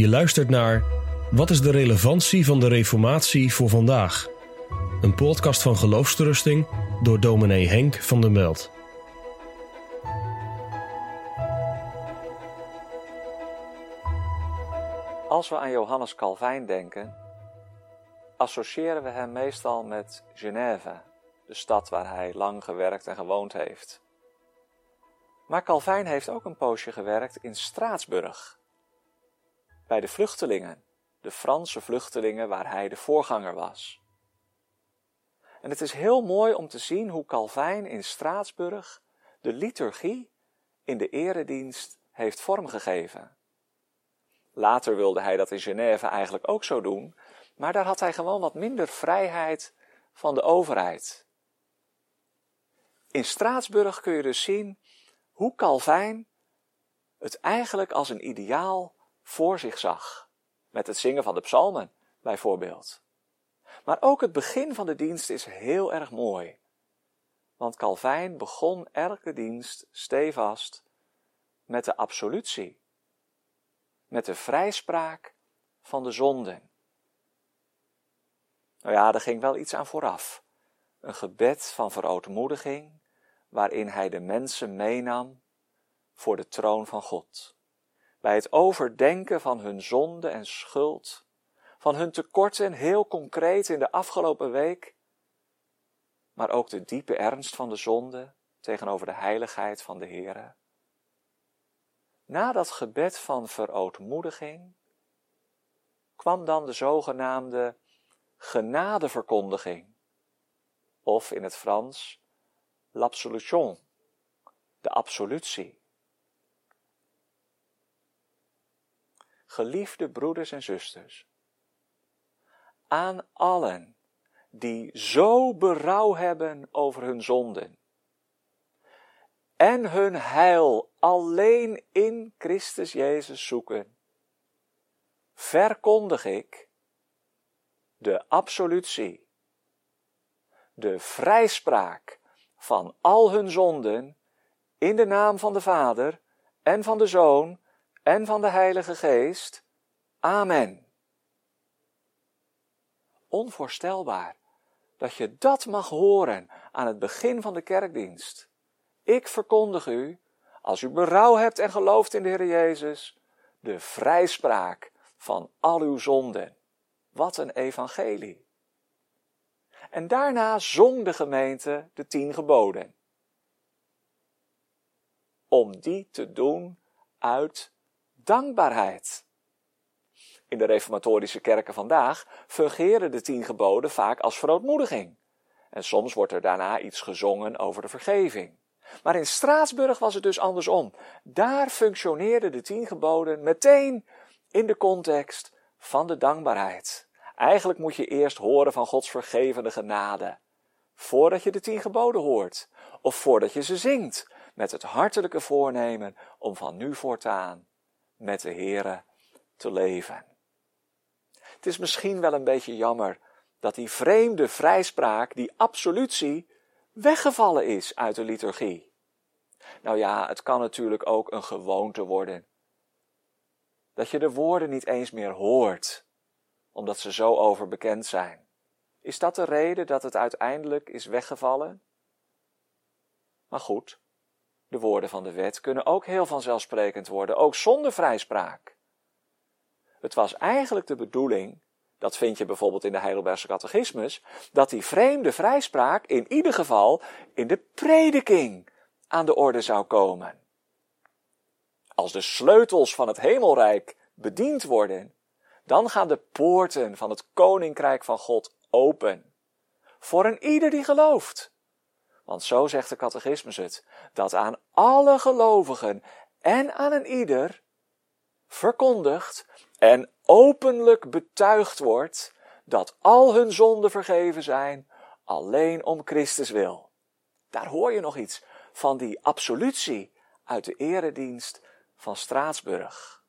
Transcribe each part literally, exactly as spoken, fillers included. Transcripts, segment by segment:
Je luistert naar Wat is de relevantie van de Reformatie voor vandaag? Een podcast van Geloofsterusting door dominee Henk van der Meld. Als we aan Johannes Calvijn denken, associëren we hem meestal met Genève, de stad waar hij lang gewerkt en gewoond heeft. Maar Calvijn heeft ook een poosje gewerkt in Straatsburg, bij de vluchtelingen, de Franse vluchtelingen waar hij de voorganger was. En het is heel mooi om te zien hoe Calvijn in Straatsburg de liturgie in de eredienst heeft vormgegeven. Later wilde hij dat in Genève eigenlijk ook zo doen, maar daar had hij gewoon wat minder vrijheid van de overheid. In Straatsburg kun je dus zien hoe Calvijn het eigenlijk als een ideaal voor zich zag. Met het zingen van de psalmen bijvoorbeeld. Maar ook het begin van de dienst is heel erg mooi. Want Calvijn begon elke dienst stevast met de absolutie. Met de vrijspraak van de zonden. Nou ja, er ging wel iets aan vooraf. Een gebed van verootmoediging, waarin hij de mensen meenam voor de troon van God. Bij het overdenken van hun zonde en schuld, van hun tekorten heel concreet in de afgelopen week, maar ook de diepe ernst van de zonde tegenover de heiligheid van de Heere. Na dat gebed van verootmoediging kwam dan de zogenaamde genadeverkondiging, of in het Frans l'absolution, de absolutie. Geliefde broeders en zusters, aan allen die zo berouw hebben over hun zonden en hun heil alleen in Christus Jezus zoeken, verkondig ik de absolutie, de vrijspraak van al hun zonden in de naam van de Vader en van de Zoon en van de Heilige Geest. Amen. Onvoorstelbaar dat je dat mag horen aan het begin van de kerkdienst. Ik verkondig u, als u berouw hebt en gelooft in de Heer Jezus, de vrijspraak van al uw zonden. Wat een evangelie. En daarna zong de gemeente de tien geboden. Om die te doen uit dankbaarheid. In de reformatorische kerken vandaag fungeren de tien geboden vaak als verootmoediging. En soms wordt er daarna iets gezongen over de vergeving. Maar in Straatsburg was het dus andersom. Daar functioneerden de tien geboden meteen in de context van de dankbaarheid. Eigenlijk moet je eerst horen van Gods vergevende genade, voordat je de tien geboden hoort, of voordat je ze zingt, met het hartelijke voornemen om van nu voortaan met de Heere te leven. Het is misschien wel een beetje jammer dat die vreemde vrijspraak, die absolutie, weggevallen is uit de liturgie. Nou ja, het kan natuurlijk ook een gewoonte worden. Dat je de woorden niet eens meer hoort, omdat ze zo overbekend zijn. Is dat de reden dat het uiteindelijk is weggevallen? Maar goed, de woorden van de wet kunnen ook heel vanzelfsprekend worden, ook zonder vrijspraak. Het was eigenlijk de bedoeling, dat vind je bijvoorbeeld in de Heidelbergse Catechismus, dat die vreemde vrijspraak in ieder geval in de prediking aan de orde zou komen. Als de sleutels van het hemelrijk bediend worden, dan gaan de poorten van het koninkrijk van God open. Voor een ieder die gelooft. Want zo zegt de Catechismus het, dat aan alle gelovigen en aan een ieder verkondigd en openlijk betuigd wordt dat al hun zonden vergeven zijn, alleen om Christus wil. Daar hoor je nog iets van die absolutie uit de eredienst van Straatsburg.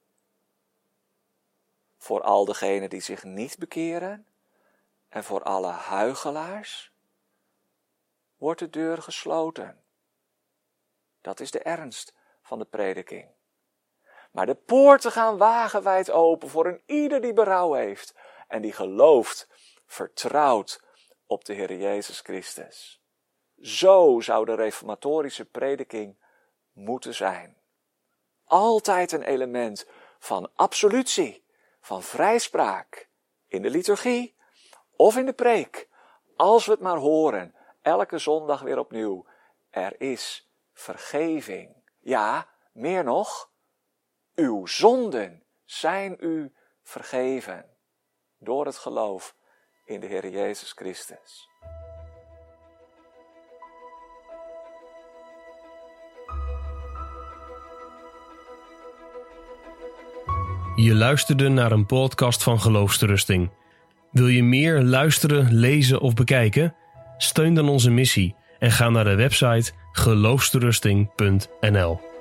Voor al degenen die zich niet bekeren en voor alle huichelaars wordt de deur gesloten. Dat is de ernst van de prediking. Maar de poorten gaan wagenwijd open voor een ieder die berouw heeft en die gelooft, vertrouwt op de Heer Jezus Christus. Zo zou de reformatorische prediking moeten zijn. Altijd een element van absolutie, van vrijspraak, in de liturgie of in de preek. Als we het maar horen, elke zondag weer opnieuw. Er is vergeving. Ja, meer nog, uw zonden zijn u vergeven door het geloof in de Heer Jezus Christus. Je luisterde naar een podcast van Geloofsterusting. Wil je meer luisteren, lezen of bekijken? Steun dan onze missie en ga naar de website geloofsterusting punt n l.